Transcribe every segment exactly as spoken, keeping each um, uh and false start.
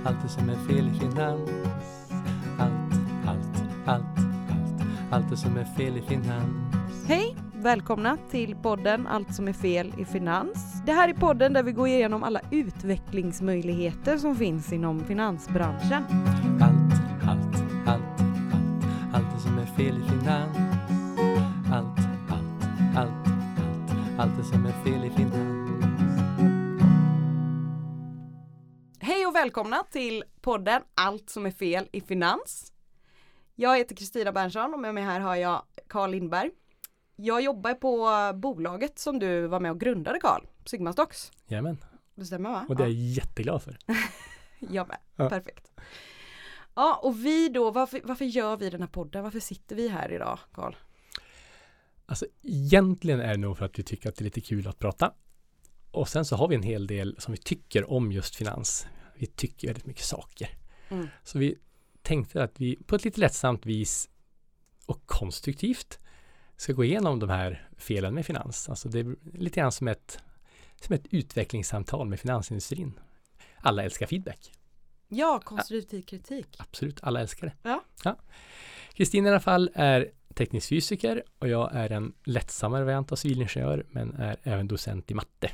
Allt det som är fel i finans. Allt, allt, allt, allt. Allt det som är fel i finans. Hej, välkomna till podden Allt som är fel i finans. Det här är podden där vi går igenom alla utvecklingsmöjligheter som finns inom finansbranschen. Allt, allt, allt, allt. Allt det som är fel i finans. Allt, allt, allt, allt. Allt det som är fel i finans. Hej och välkomna till podden Allt som är fel i finans. Jag heter Kristina Berntsson och med mig här har jag Carl Lindberg. Jag jobbar på bolaget som du var med och grundade, Carl, Sigma Stocks. Jajamän. Det stämmer, va? Och det är ja. jag jätteglad för. Jag med, Ja. perfekt. Ja, och vi då, varför, varför gör vi den här podden? Varför sitter vi här idag, Carl? Alltså egentligen är det nog för att vi tycker att det är lite kul att prata. Och sen så har vi en hel del som vi tycker om just finans. Vi tycker väldigt mycket saker. Mm. Så vi tänkte att vi på ett lite lättsamt vis och konstruktivt ska gå igenom de här felen med finans. Alltså det är lite grann som ett, som ett utvecklingssamtal med finansindustrin. Alla älskar feedback. Ja, konstruktiv kritik. Absolut, alla älskar det. Ja. Ja. Kristin i alla fall är teknisk fysiker och jag är en lättsammare variant av civilingenjör men är även docent i matte.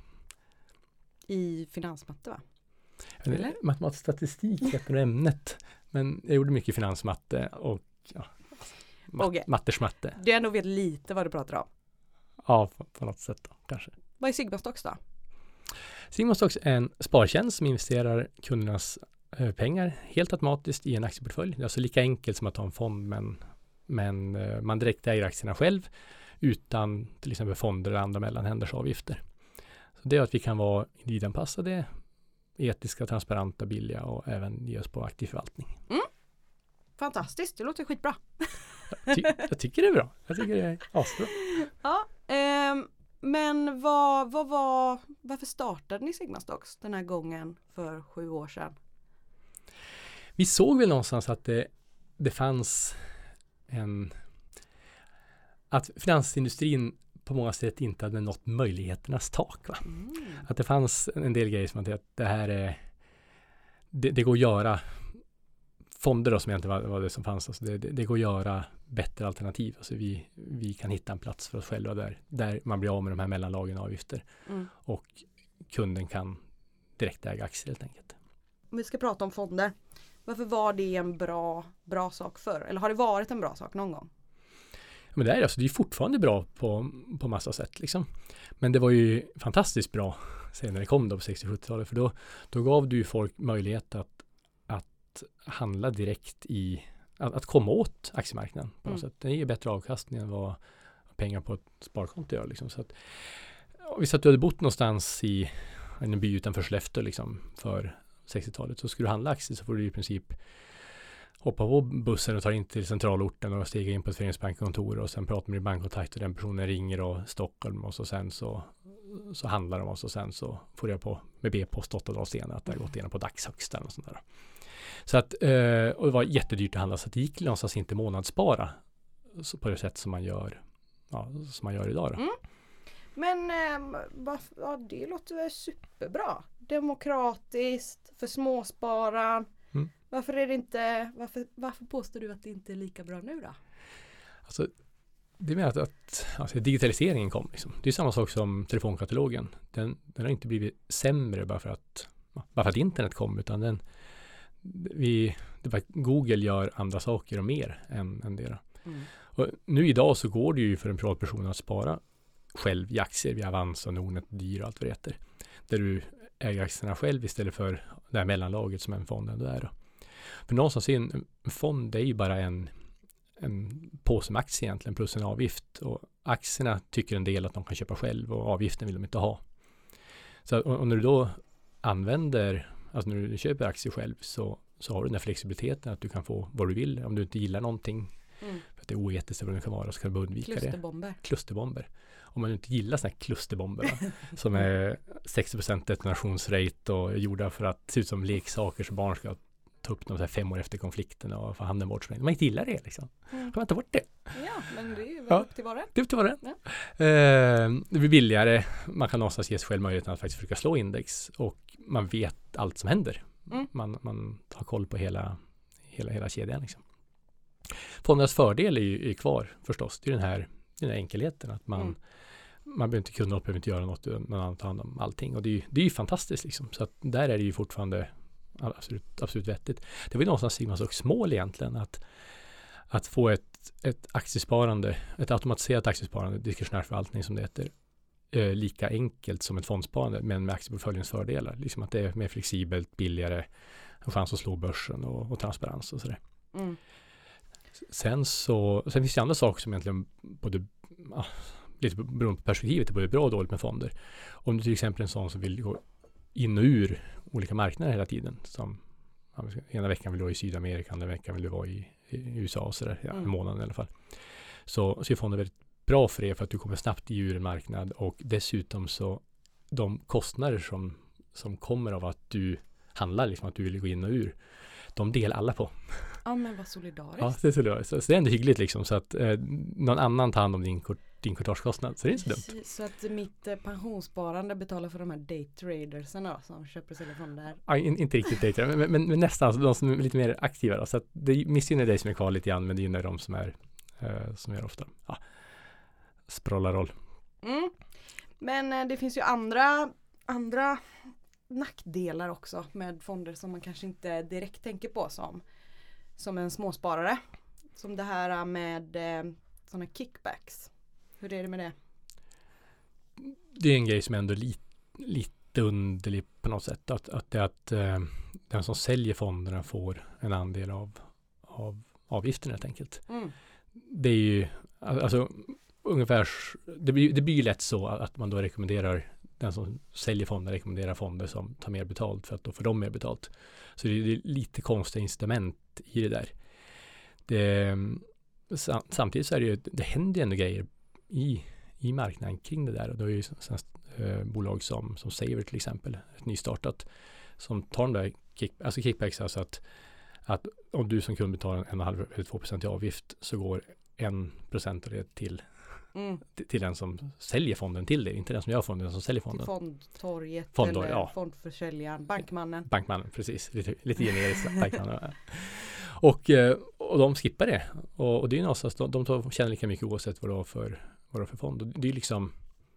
I finansmatte, va? Eller? Matematisk statistik heter ämnet. Men jag gjorde mycket finansmatte och ja, mat- Okej. mattersmatte. Det är nog vet lite vad du pratar om. Ja, på, på något sätt då, kanske. Vad är Sigma Stocks då? Sigma Stocks är en spartjänst som investerar kundernas eh, pengar helt automatiskt i en aktieportfölj. Det är alltså lika enkelt som att ha en fond men, men eh, man direkt äger aktierna själv utan till exempel fonder eller andra mellanhänders avgifter. Så det är att vi kan vara individanpassade, etiska, transparenta, billiga och även ge oss på aktiv förvaltning. Mm. Fantastiskt, det låter skitbra. Jag, ty- jag tycker det är bra. Jag tycker det är asbra. Ja, ehm, men vad, vad var, varför startade ni Sigma Stocks den här gången för sju år sedan? Vi såg väl någonstans att det, det fanns en att finansindustrin på många sätt inte hade nått möjligheternas tak. Va? Mm. Att det fanns en del grejer som att det, det här är det, det går att göra fonder då, som egentligen var, var det som fanns. Alltså det, det, det går att göra bättre alternativ. Alltså vi, vi kan hitta en plats för oss själva där, där man blir av med de här mellanlagen och avgifter. Mm. Och kunden kan direkt äga aktier helt enkelt. Om vi ska prata om fonder. Varför var det en bra, bra sak för? Eller har det varit en bra sak någon gång? Men det är, alltså, det är fortfarande bra på, på massa sätt. Liksom. Men det var ju fantastiskt bra sen när det kom då på sextio-sjuttiotalet. För då, då gav du ju folk möjlighet att, att handla direkt i, att, att komma åt aktiemarknaden på något Mm. sätt. Det ger bättre avkastning än vad pengar på ett sparkonto gör. Liksom. Så att, visst att du hade bott någonstans i en by utanför Skellefteå liksom, för sextiotalet så skulle du handla aktier så får du i princip hoppa på bussen och ta in till centralorten och stiga in på ett föreningsbankkontor och sen prata med din bankkontakt och den personen ringer och Stockholm och så sen så, så handlar de och så sen så får jag på med B-post åtta dagar senare att det har gått igenom på dagshögsta och sånt där. Så att, och det var jättedyrt att handla så att det gick någonstans inte månadsspara så på det sätt som man gör, ja, som man gör idag då. Mm. Men eh, varför, ja, det låter väl superbra. Demokratiskt, för småsparan. Mm. Varför är det inte, varför, varför påstår du att det inte är lika bra nu då? Alltså, det menar att, att alltså, digitaliseringen kom. Liksom. Det är samma sak som telefonkatalogen. Den, den har inte blivit sämre bara för att, bara för att internet kom, utan den, vi, det bara, Google gör andra saker och mer än, än det. Då. Mm. Och nu idag så går det ju för en privatperson att spara själv i aktier via Avanza, Nordnet, Dyr och allt vad det heter. Där du äger aktierna själv istället för det här mellanlaget som en fond ändå är. Då. För någonstans är en, en fond det är ju bara en, en påse med aktier egentligen plus en avgift. Och aktierna tycker en del att de kan köpa själv och avgiften vill de inte ha. Så och, och när du då använder, alltså när du köper aktier själv så, så har du den här flexibiliteten att du kan få vad du vill. Om du inte gillar någonting, Mm. för att det är oetiskt eller vad det kan vara, så kan du undvika Klusterbomber. det. Klusterbomber. Om man inte gillar sådana här klusterbomber va, som är sextio procent detonationsrate och är gjorda för att se ut som leksaker så barn ska ta upp dem så här fem år efter konflikten och få handen bortsprängd. Man inte gillar det liksom. Mm. Kan man ta bort det? Ja, men det är väl Ja. upp till var det. Det är upp till vad det Ja. är. Eh, det blir billigare. Man kan någonstans ge sig själv möjligheten att faktiskt försöka slå index och man vet allt som händer Mm. Man, man tar koll på hela, hela, hela kedjan. Liksom. Fondernas fördel är ju är kvar förstås. Det är den här, den här enkelheten. Att man, Mm. man behöver inte kunna och behöver inte göra något. Man annan tar hand om allting. Och det är ju, det är ju fantastiskt. Liksom. Så att där är det ju fortfarande absolut, absolut vettigt. Det var ju någonstans Sigmas mål egentligen. Att, att få ett, ett aktiesparande, ett automatiserat aktiesparande, diskretionär förvaltning som det heter, eh, lika enkelt som ett fondsparande, men med aktieportföljens fördelar. Liksom att det är mer flexibelt, billigare, en chans att slå börsen och, och transparens och sådär. Mm. Sen så, sen finns det andra saker som egentligen både, ja, lite beroende på perspektivet, är både bra och dåligt med fonder. Om du till exempel är en sån som vill gå in och ur olika marknader hela tiden, som ja, ena veckan vill du vara i Sydamerika, andra veckan vill du vara i, i U S A och sådär, ja, en Mm. månad i alla fall. Så, så är fonder väldigt bra för det, för att du kommer snabbt i ur en marknad, och dessutom så de kostnader som, som kommer av att du handlar, liksom att du vill gå in och ur, de delar alla på. Ja, men vad solidariskt. Ja, det är solidariskt. Så, så det är ändå hyggligt liksom, så att eh, någon annan tar hand om din, kort, din kortagekostnad, så det är inte så dumt. Så att mitt eh, pensionssparande betalar för de här daytraderserna som köper och säljer fonder. Ja, in, inte riktigt det, men, men, men nästan, alltså, de som är lite mer aktiva då, så att det missgynnar dig som är kvar lite grann, men det gynnar de som är eh, som gör ofta. Ja, sprollar roll. Mm. Men eh, det finns ju andra, andra nackdelar också med fonder som man kanske inte direkt tänker på som, som en småsparare. Som det här med eh, sådana kickbacks. Hur är det med det? Det är en grej som är ändå li, lite underlig på något sätt. Att, att, det, att eh, den som säljer fonderna får en andel av, av avgiften helt enkelt. Mm. Det är ju alltså ungefär, det blir, det blir ju lätt så att man då rekommenderar, den som säljer fonder rekommenderar fonder som tar mer betalt för att då får de mer betalt. Så det är, det är lite konstiga incitament i det där. Det, samtidigt så är det ju, det händer ju ändå grejer i, i marknaden kring det där, och då är ju sen, eh, bolag som, som Saver till exempel, ett nystartat, som tar de där kick, alltså kickbacks, alltså att, att om du som kund betalar en komma fem eller två procent i avgift, så går en procent av det till Mm. till, till den som säljer fonden till det, inte den som gör fonden, den som säljer fonden. Till fondtorget Fondtorg, eller ja. fondförsäljaren, bankmannen. Bankmannen, precis. Lite, lite generiskt. bankmannen. Och, eh, och de skippar det. Och, och det är ju någonstans, de, de tar, tjänar lika mycket oavsett vad det är för, vad det är för fond. Och det är liksom,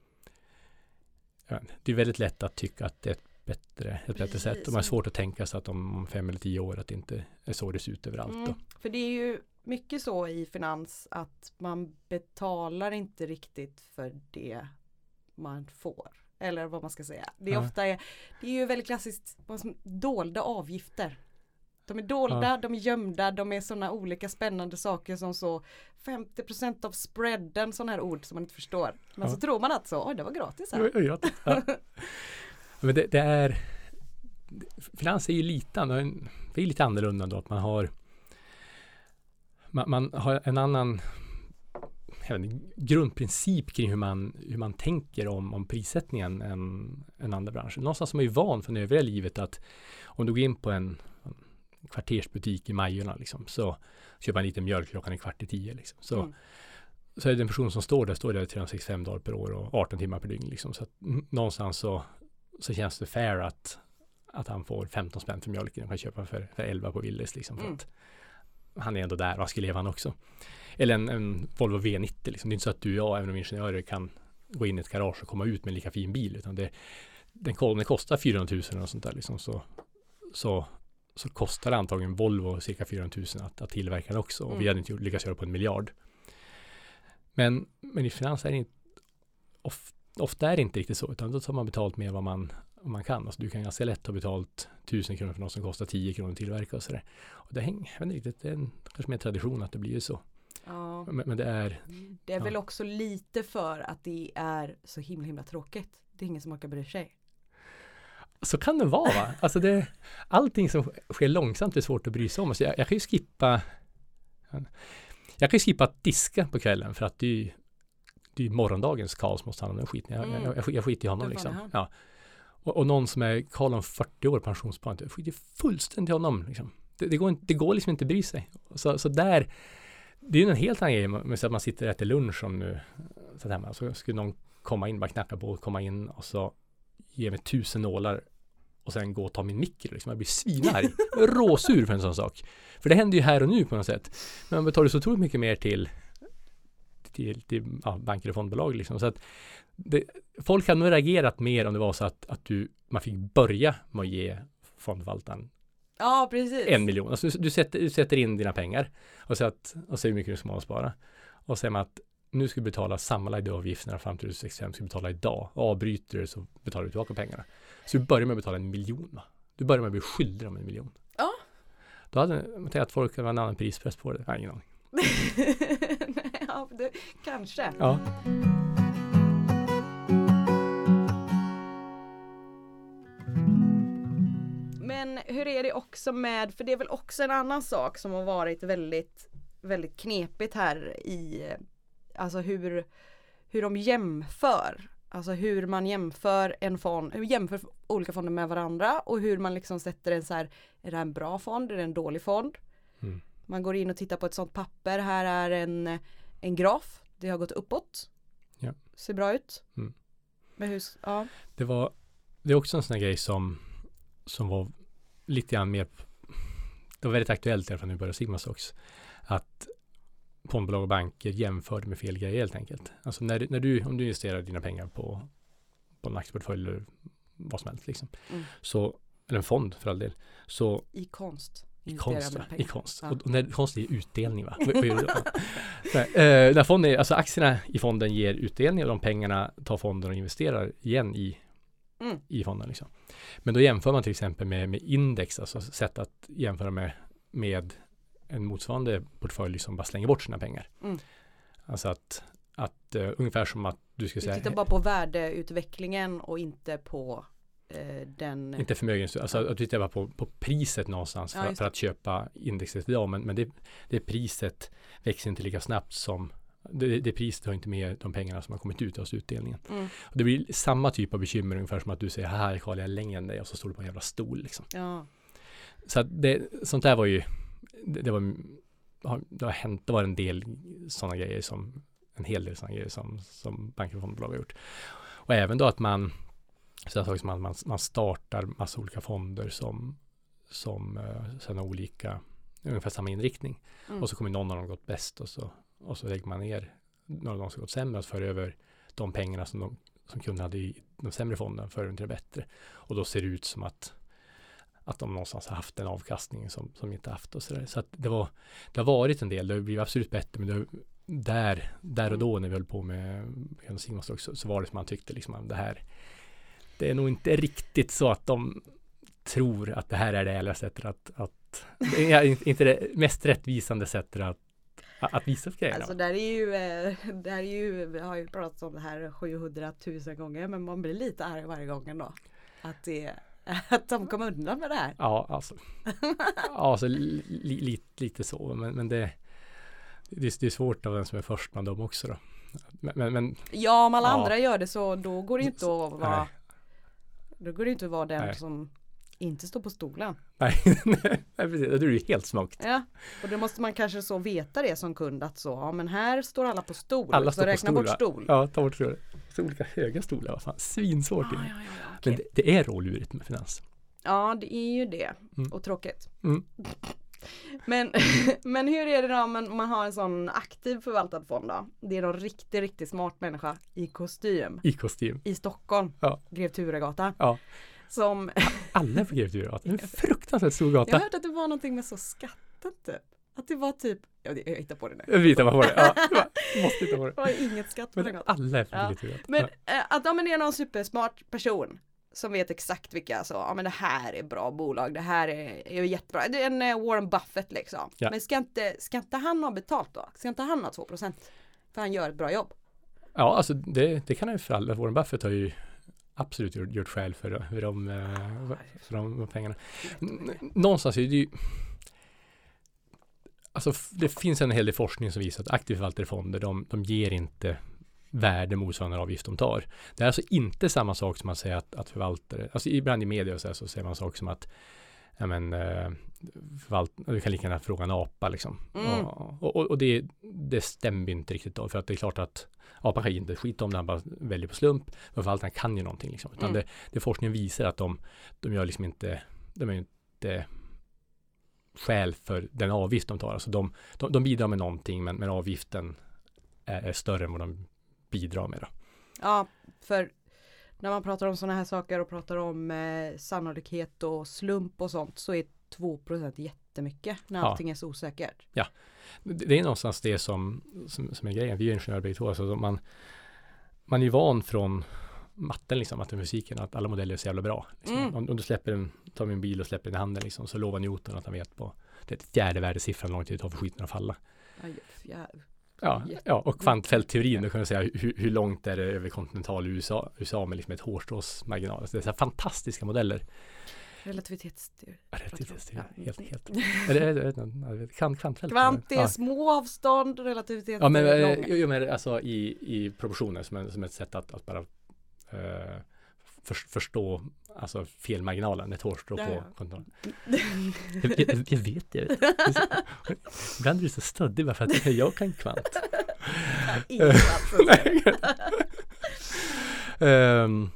ja, det är väldigt lätt att tycka att det är ett bättre, ett bättre sätt. Och man har svårt att tänka sig att om, om fem eller tio år att det inte är så det ser ut överallt. Mm. Då. För det är ju mycket så i finans att man betalar inte riktigt för det man får. Eller vad man ska säga. Det är Ja. ofta är, det är ju väldigt klassiskt dolda avgifter. De är dolda, Ja. de är gömda, de är sådana olika spännande saker som så femtio procent av spreaden, sådana här ord som man inte förstår. Men Ja. så tror man att så, oj det var gratis här. Oj, oj, oj. Ja. Men det, det är, finans är ju lite, det är lite annorlunda då, att man har man, man har en annan inte, grundprincip kring hur man, hur man tänker om, om prissättningen än, än andra branscher. Någonstans som är ju van från övriga livet att om du går in på en, en kvartersbutik i Majorna liksom, så köper man lite mjölk klockan är kvart i tio. Liksom. Så, Mm. så är det en person som står där, står där trehundrasextiofem dagar per år och arton timmar per dygn. Liksom. Så att någonstans så, så känns det fair att, att han får femton spänn för mjölken och kan köpa för, för elva på Willys. Liksom, för Mm. att han är ändå där och han ska leva han också. Eller en, en Volvo V nittio. Liksom. Det är inte så att du och jag, även om ingenjörer, kan gå in i ett garage och komma ut med en lika fin bil. Utan det, den, den kostar fyrahundratusen och sånt där. Liksom. Så, så, så kostar det antagligen Volvo cirka fyrahundratusen att, att tillverka den också. Och Mm. vi hade inte lyckats göra på en miljard. Men, men i finans är det inte, of, ofta är det inte riktigt så. Utan då tar man betalt med vad man, vad man kan. Alltså, du kan ganska lätt ha betalt tusen kronor för något som kostar tio kronor att tillverka. Och så där. Och det hänger, jag vet inte riktigt, det är en, kanske mer tradition att det blir så. Ja. Men, men det är... Det är Ja. väl också lite för att det är så himla himla tråkigt. Det är ingen som orkar bry sig. Så kan det vara, va? Alltså det, allting som sker långsamt är svårt att bry sig om. Alltså jag, jag kan ju skippa jag kan ju skippa att diska på kvällen för att det är ju, det är morgondagens Karl som måste handla om den skiten. Jag, Mm. jag, jag, jag skiter i honom Det var liksom. det här. Ja. Och, och någon som är Karl om fyrtio år pensionssparande, jag skiter fullständigt i honom. Liksom. Det, det, går inte, det går liksom inte att bry sig. Så, så där, det är ju en helt annan grej med att man sitter och äter lunch som nu, så, så skulle någon komma in, bara knacka på och komma in och så ge mig tusen nålar och sen gå och ta min mikro. Liksom. Jag blir svinarg. Råsur för en sån sak. För det händer ju här och nu på något sätt. Men man betalar så otroligt mycket mer till, till, till ja, banker och fondbolag. Liksom. Så att det, folk hade nog reagerat mer om det var så att, att du, man fick börja med att ge fondförvaltaren ja, precis. en miljon. Alltså, du, sätter, du sätter in dina pengar och säger hur mycket du ska må spara. Och säger man att nu ska du betala sammanlagda avgifterna fram till sextiofem, ska du betala idag. Och avbryter du så betalar du tillbaka pengarna. Så du börjar med att betala en miljon. Va? Du börjar med att bli skyldig om en miljon. Ja. Då hade man tänkt att folk hade en annan prispress på det. Nej, ingen aning. Ja, det, kanske. Ja. Men hur är det också med, för det är väl också en annan sak som har varit väldigt, väldigt knepigt här i, alltså hur, hur de jämför, alltså hur man jämför en fond, hur jämför olika fonder med varandra och hur man liksom sätter en så här, är det en bra fond, är det en dålig fond? Mm. Man går in och tittar på ett sånt papper, här är en, en graf, det har gått uppåt, ja. Ser bra ut. Mm. Men hur, ja. Det var, det är också en sån här grej som, som var lite grann mer, det var väldigt aktuellt i alla fall när vi började Sigma Stocks, att fondbolag och banker jämförde med fel grejer helt enkelt. Alltså när, när du, om du investerar dina pengar på, på en aktieportfölj eller vad som helst liksom, mm. så, eller en fond för all del, så i konst. I konst, i konst. Ja. Och när konst är utdelning va? Vad gör du då? Nej, eh, när fonden, alltså aktierna i fonden ger utdelning och de pengarna tar fonden och investerar igen i Mm. i fonden liksom. Men då jämför man till exempel med, med index, alltså sätt att jämföra med, med en motsvarande portfölj som bara slänger bort sina pengar. Mm. Alltså att, att uh, ungefär som att du ska du säga... tittar bara på värdeutvecklingen och inte på uh, den... Inte förmögenhet, alltså att du tittar bara på, på priset någonstans för, ja, för att köpa indexet idag, men, men det, det priset växer inte lika snabbt som Det, det priset har inte med de pengarna som har kommit ut av utdelningen. Mm. Och det blir samma typ av bekymmer ungefär som att du säger, här Karl, jag är längre än dig och så står du på en jävla stol liksom. Ja. Så att det, sånt där var ju det, det var det har hänt, det var en del sådana grejer som en hel del sådana grejer som, som banker och fondbolag har gjort. Och även då att man så som man, man, man startar massa olika fonder som som uh, sen har olika ungefär samma inriktning. Mm. Och så kommer någon av dem gått bäst och så och så lägger man ner några av dem som gått sämre och för över de pengarna som, de, som kunden hade i de sämre fonderna för över till det bättre. Och då ser det ut som att, att de någonstans har haft en avkastning som, som inte haft och sådär. Så att det, var, det har varit en del, det har blivit absolut bättre, men det, där, där och då när vi höll på med Sigma Stocks så, så var det som man tyckte liksom att det här, det är nog inte riktigt så att de tror att det här är det ärliga sättet att, att det är inte det mest rättvisande sättet att att visa för grejerna. Alltså där är ju, där är ju, vi har ju pratat om det här sjuhundratusen gånger, men man blir lite arg varje gång ändå. Att, det, att de kommer undan med det här. Ja, alltså, alltså li, li, lite så, men, men det, det, det är svårt av den som är först bland dem också då. Men, men, ja, om alla ja. andra gör det så då går det inte att vara, nej. Då går det inte att vara den nej. som inte står på stolen. Nej, nej precis. Det är ju helt smokt. Ja, och då måste man kanske så veta det som kund att så, ja men här står alla på stol. Alla så står räkna på stol, bort stol. Ja, ta bort stol. Så olika höga stolar, vad fan. Svinsvårt. Ah, ja, ja, ja, okay. Men det, det är rålurigt med finans. Ja, det är ju det. Mm. Och tråkigt. Mm. Men, men hur är det då om man, man har en sån aktiv förvaltad fond då? Det är en riktigt, riktigt smart människa i kostym. I kostym. I Stockholm. Ja. Grev Turegatan. Ja. Som... Alla på Grev Turegatan. En fruktansvärt stor gata. Jag har hört att det var någonting med så skatten typ. Att det var typ, jag, jag hittar på det nu. Jag hittar på det, ja. Jag måste hitta på det. Det var inget skatt på men den gatan. Alla är på ja. Grev Turegatan. Men äh, att ja, men det är någon supersmart person som vet exakt vilka, så, ja men det här är bra bolag, det här är, är jättebra. Det är en uh, Warren Buffett liksom. Ja. Men ska inte, ska inte han ha betalt då? Ska inte han ha två procent? För han gör ett bra jobb. Ja, alltså det, det kan han ju för alla. Warren Buffett har ju absolut gjort, gjort skäl för, för, de, för de pengarna. Någonstans är det ju alltså det finns en hel del forskning som visar att aktivt förvaltade fonder, de, de ger inte värde motsvarande avgift de tar. Det är alltså inte samma sak som att säga att, att förvaltare, alltså ibland i media och så, här, så säger man saker som att ja men eh, förvalt, du kan lika gärna fråga en apa liksom. Mm. Och, och, och det, det stämmer inte riktigt då, för att det är klart att apan kan inte skit om när han bara väljer på slump, men förvaltarna kan ju någonting liksom. Utan Mm. det, det forskningen visar att de, de gör liksom inte, de är ju inte skäl för den avgift de tar. Alltså de, de, de bidrar med någonting, men, men avgiften är, är större än vad de bidrar med då. Ja, för när man pratar om sådana här saker och pratar om eh, sannolikhet och slump och sånt, så är två procent jättemycket när Ja. allting är så osäkert. Det, det är någonstans det som, som, som är grejen. Vi är ingenjörer bägge två. Alltså man, man är ju van från matten, liksom, matematiken, att alla modeller är så jävla bra. Liksom. Mm. Om, om du släpper en, tar en bil och släpper den i handen, liksom, så lovar Newton att han vet på det är ett fjärde värdesiffran hur lång tid det tar för skiten att falla. Aj, ja. Ja, Jätte- ja, och kvantfältteorin, då kan du säga hur, hur långt är det över kontinental U S A, U S A med liksom ett hårstrås marginal. Alltså det är så här fantastiska modeller. Relativitetsteori. Relativitetsteori, Ja. helt, helt. Eller, eller, eller, eller kvant, kvantfält. Kvant är Ja. små avstånd, relativitet Ja, men, är eh, långa. jo, men alltså i, i proportioner som, en, som ett sätt att, att bara eh, för, förstå alltså felmarginalen, ett hårstrå Ja, på ja. kontinental. jag, jag, jag vet, jag vet. Ibland är du så stöddig bara för att jag kan kvant. Ingen kvant. um,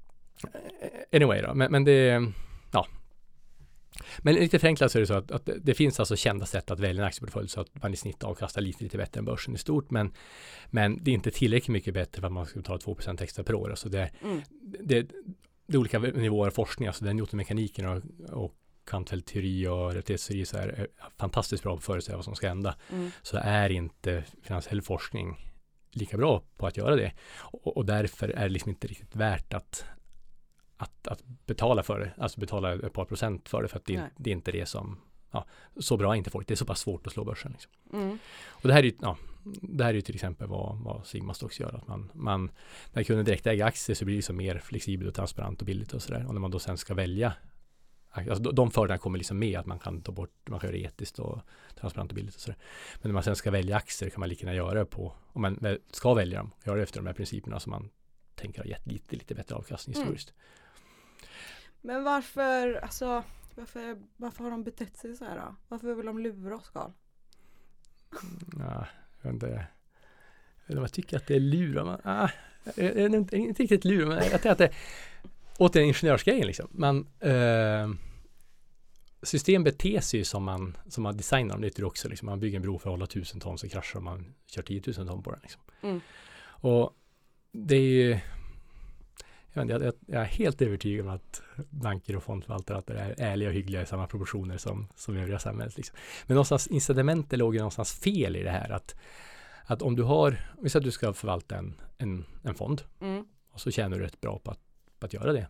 anyway då, men, men det ja. Men lite förenklat så är det så att, att det finns alltså kända sätt att välja en aktieportfölj så att man i snitt avkastar lite, lite bättre än börsen i stort, men, men det är inte tillräckligt mycket bättre för att man ska betala två procent extra per år. Alltså det, Mm. det, det är olika nivåer av forskning, alltså den Newtonmekaniken och, och kvantfältteori och relativitetsteori så är, är fantastiskt bra på att förutsäga vad som ska hända. Mm. Så är inte finansiell forskning lika bra på att göra det. Och, och därför är det liksom inte riktigt värt att, att, att betala för det. Alltså betala ett par procent för det, för att det, Nej. det är inte det som, ja, så bra är inte folk. Det är så pass svårt att slå börsen. Liksom. Mm. Och det här är ju, ja, det här är ju till exempel vad, vad Sigma Stocks gör. Att man, man, när kunden direkt äger aktier så blir det liksom mer flexibelt och transparent och billigt och sådär. Och när man då sen ska välja, alltså de, de fördelarna kommer liksom med att man kan ta bort, man kan göra det etiskt och transparent och billigt och sådär. Men när man sen ska välja aktier kan man lika gärna göra det på, om man väl ska välja dem, göra det efter de här principerna som man tänker ha gett lite, lite bättre avkastning historiskt. Mm. Men varför, alltså, varför, varför har de betett sig så här då? Varför vill de lura oss, Carl? Ja, jag vet inte. Jag vet inte om jag tycker att det är lura. Man, ah, jag är inte, inte riktigt lura, men jag tänker att det återigen ingenjörsgrejen liksom. Man, eh, system beter sig som man, som man designar dem. Det är ju också liksom, man bygger en bro för att hålla tusen ton så kraschar man kör tiotusen ton på den. Liksom. Mm. Och det är ju, jag, vet, jag, jag är helt övertygad om att banker och fondförvaltare är ärliga och hyggliga i samma proportioner som, som övriga samhället. Liksom. Men någonstans incitamentet låg ju någonstans fel i det här. Att, att om du har, vi säger att du ska förvalta en, en, en fond Mm. och så tjänar du rätt bra på att, på att göra det.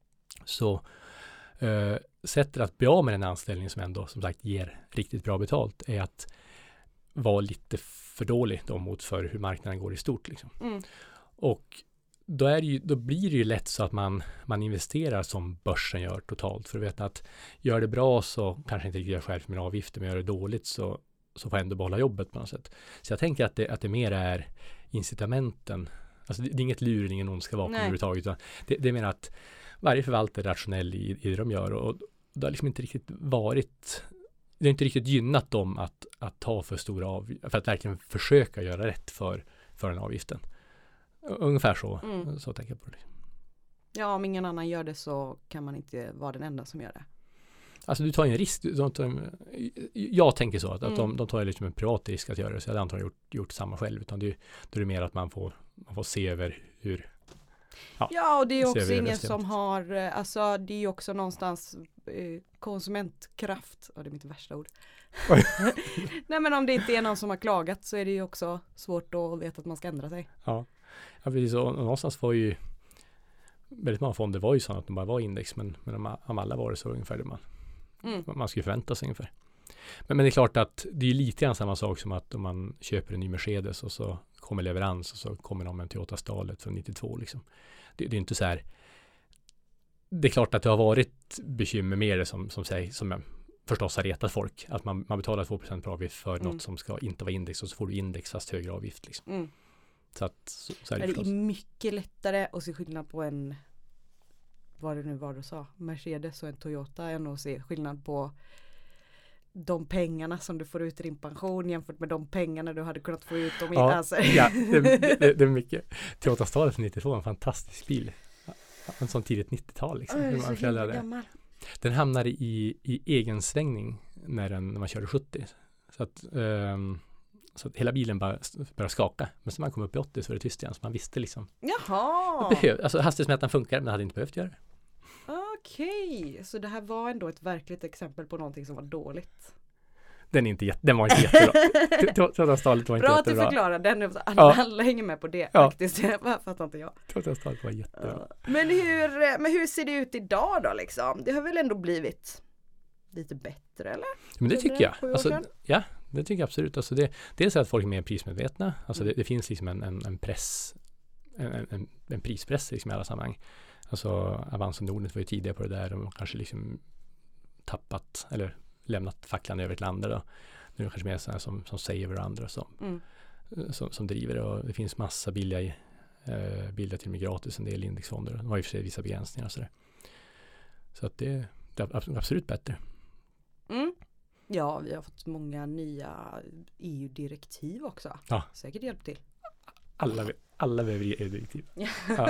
Så eh, sättet att bli av med den anställningen som ändå som sagt ger riktigt bra betalt är att vara lite för dålig då mot för hur marknaden går i stort. Liksom. Mm. Och då, är det ju, då blir det ju lätt så att man, man investerar som börsen gör totalt. För att veta att gör det bra så kanske inte gör själv med avgifter, men gör det dåligt så, så får jag ändå behålla jobbet på något sätt. Så jag tänker att det, att det mer är incitamenten. Alltså det, det är inget lur, ingen ondska vapen överhuvudtaget. Utan det, det är mer att varje förvaltare är rationell i, i det de gör. Och det har liksom inte riktigt varit, det har inte riktigt gynnat dem att, att ta för stora avgifter, för att verkligen försöka göra rätt för, för den avgiften. Ungefär så, Mm. så tänker jag på det. Ja, om ingen annan gör det så kan man inte vara den enda som gör det. Alltså du tar ju en risk. Du, de tar, jag tänker så, att, Mm. att de, de tar ju liksom en privat risk att göra det. Så jag hade antagligen gjort, gjort samma själv. Utan det, då är det mer att man får, man får se över hur... Ja, Ja, och det är ser också vi ingen resten. som har, eh, alltså det är ju också någonstans eh, konsumentkraft, ja det är mitt värsta ord. Oj. Nej, men om det inte är någon som har klagat så är det ju också svårt att veta att man ska ändra sig. Ja, ja precis. Och någonstans var ju väldigt många fonder var ju sådana att de bara var index, men, men om, om alla var det så ungefär det man, Mm. man skulle förvänta sig ungefär. Men, men det är klart att det är lite grann samma sak som att om man köper en ny Mercedes och så kommer leverans och så kommer de med en Toyota Starlet från nittiotvå liksom. Det, det är inte så här. Det är klart att det har varit bekymmer med det som, som, säg, som jag förstås har retat folk. Att man, man betalar två procent på avgift för Mm. något som ska inte vara index och så får du index fast högre avgift. Liksom. Mm. Så, att, så, så är det Det förstås. är mycket lättare att se skillnad på en vad det nu var du sa, Mercedes och en Toyota är nog se skillnad på de pengarna som du får ut i din pension jämfört med de pengarna du hade kunnat få ut om ja, alltså. ja, det, det, det är mycket. Toyota Stalet från nittiotvå, en fantastisk bil. En sån tidigt nittiotal liksom. Oj, så himla gammal. Den hamnade i, i egen svängning när, den, när man körde sjuttio. Så att, um, så att hela bilen bara började skaka. Men så man kom upp i åttio så var det tyst igen. Så man visste liksom. Jaha! Behöv, alltså hastighetsmätaren funkar men hade inte behövt göra det. Okej, okay. Så det här var ändå ett verkligt exempel på någonting som var dåligt. Den, är inte jätte, den var inte jättebra. Toyota Stalet var inte Bra jättebra. Att du förklarar den. Alla, ja. alla hänger med på det ja. faktiskt. Det fattar inte jag. Toyota Stalet var jättebra. Men hur, men hur ser det ut idag då liksom? Det har väl ändå blivit lite bättre eller? Men det tycker jag. Alltså, ja, det tycker jag absolut. Alltså det, dels är att folk är mer prismedvetna. Alltså det, det finns liksom en, en, en press, en, en, en prispress liksom i alla sammanhang. Alltså Avanza och Nordnet var ju tidigare på det där och kanske liksom tappat eller lämnat facklan över till andra då. Nu är det kanske mer sådana som, som säger varandra som, mm. som, som driver det och det finns massa billiga eh, bilder till och med gratis en del indexfonder. De har ju för sig vissa begränsningar och sådär. Så att det, det är absolut bättre. Mm. Ja, vi har fått många nya E U-direktiv också. Ja. Säkert hjälp till. Alla, alla behöver E U-direktiv. Ja.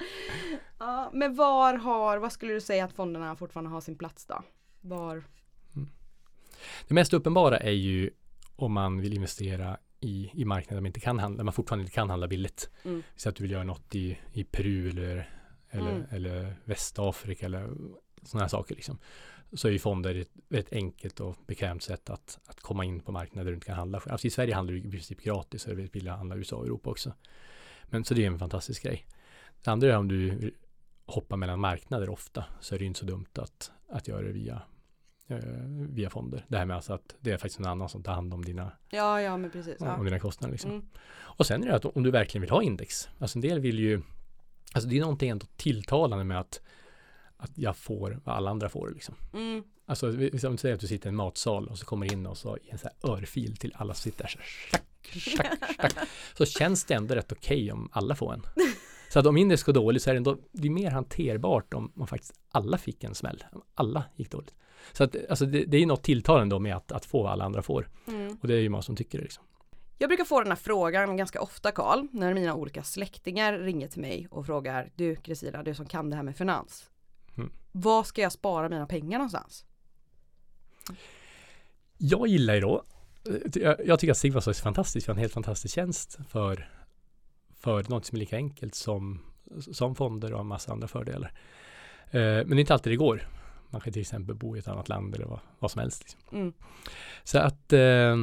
Ja, men var har, vad skulle du säga att fonderna fortfarande har sin plats då? Var? Mm. Det mest uppenbara är ju om man vill investera i, i marknader där man, inte kan handla, där man fortfarande inte kan handla billigt. Mm. Så att du vill göra något i, i Peru eller, eller, mm. eller Västafrika eller sådana här saker liksom. Så är ju fonder ett, ett enkelt och bekvämt sätt att, att komma in på marknader där du inte kan handla. Alltså i Sverige handlar du i princip gratis och det är väldigt billigt att handla i U S A och Europa också. Men så det är en fantastisk grej. Det andra är om du hoppar mellan marknader ofta så är det inte så dumt att, att göra det via, eh, via fonder. Det här med alltså att det är faktiskt någon annan som tar hand om dina, ja, ja, men precis, ja. om dina kostnader. Liksom. Mm. Och sen är det att om du verkligen vill ha index. Alltså en del vill ju, alltså det är någonting ändå tilltalande med att, att jag får vad alla andra får. Liksom. Mm. Alltså om du säger att du sitter i en matsal och så kommer in och så i en så här örfil till alla som sitter där så tjack, tjack, tjack, så känns det ändå rätt okej okay om alla får en. Så att om index går dåligt så är det ändå det är mer hanterbart om, om faktiskt alla fick en smäll. Alla gick dåligt. Så att, alltså det, det är något tilltalande med att, att få vad alla andra får. Mm. Och det är ju många som tycker det. Liksom. Jag brukar få den här frågan ganska ofta, Carl, när mina olika släktingar ringer till mig och frågar, du Cressida, du som kan det här med finans. Mm. Vad ska jag spara mina pengar någonstans? Jag gillar ju då, jag, jag tycker att Sigvas är fantastiskt, vi har en helt fantastisk tjänst för för något som är lika enkelt som, som fonder och en massa andra fördelar. Eh, men det är inte alltid det går. Man kan till exempel bo i ett annat land eller vad, vad som helst. Liksom. Mm. Så att eh,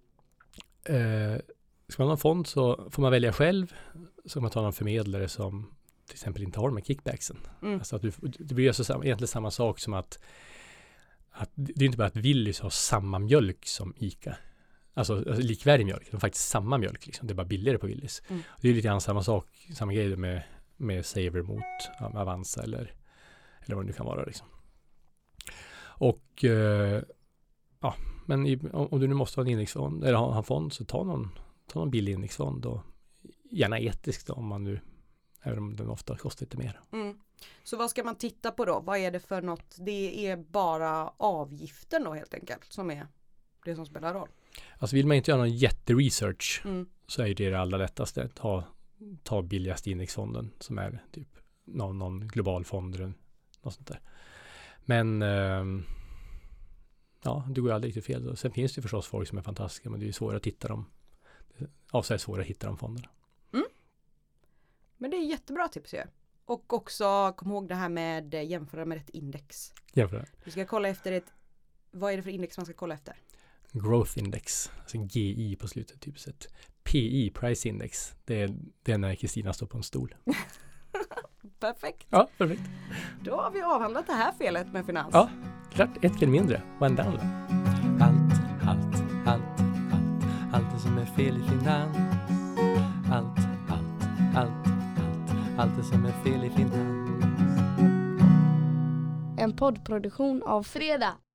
eh, ska man ha en fond så får man välja själv. Så man tar någon förmedlare som till exempel inte har de här kickbacksen. Mm. Alltså att du, det blir alltså sam, egentligen samma sak som att, att det är inte bara att Willys har samma mjölk som ICA. Alltså, alltså likvärdig mjölk. Det är faktiskt samma mjölk. Liksom. Det är bara billigare på Willys. Mm. Det är lite grann samma sak, samma grej med, med Saver mot ja, Avanza eller, eller vad det nu kan vara. Liksom. Och eh, ja, men i, om, om du nu måste ha en indexfond eller ha en fond så ta någon, ta någon billig indexfond och gärna etiskt då, om man nu, även om den ofta kostar lite mer. Mm. Så vad ska man titta på då? Vad är det för något? Det är bara avgiften då helt enkelt som är det som spelar roll. Alltså vill man inte göra någon jätteresearch mm. så är det det allra lättaste. Ta, ta billigaste indexfonden som är typ någon, någon global fond eller något sånt där. Men eh, ja, det går ju aldrig riktigt fel. Sen finns det förstås folk som är fantastiska men det är svårt att hitta dem. Avsevärt svårt att hitta de fonderna. Mm. Men det är jättebra tips ju. Och också kom ihåg det här med jämföra med ett index. Jämföra. Du ska kolla efter ett, vad är det för index man ska kolla efter? Growth Index, alltså G I på slutet, typ sett. P I, Price Index, det är, det är när Kristina står på en stol. Perfekt. Ja, perfekt. Då har vi avhandlat det här felet med finans. Ja, klart ett fel mindre. One down. Allt, allt, allt, allt, allt det som är fel i finans. Allt, allt, allt, allt, allt det som är fel i finans. En poddproduktion av Fredag.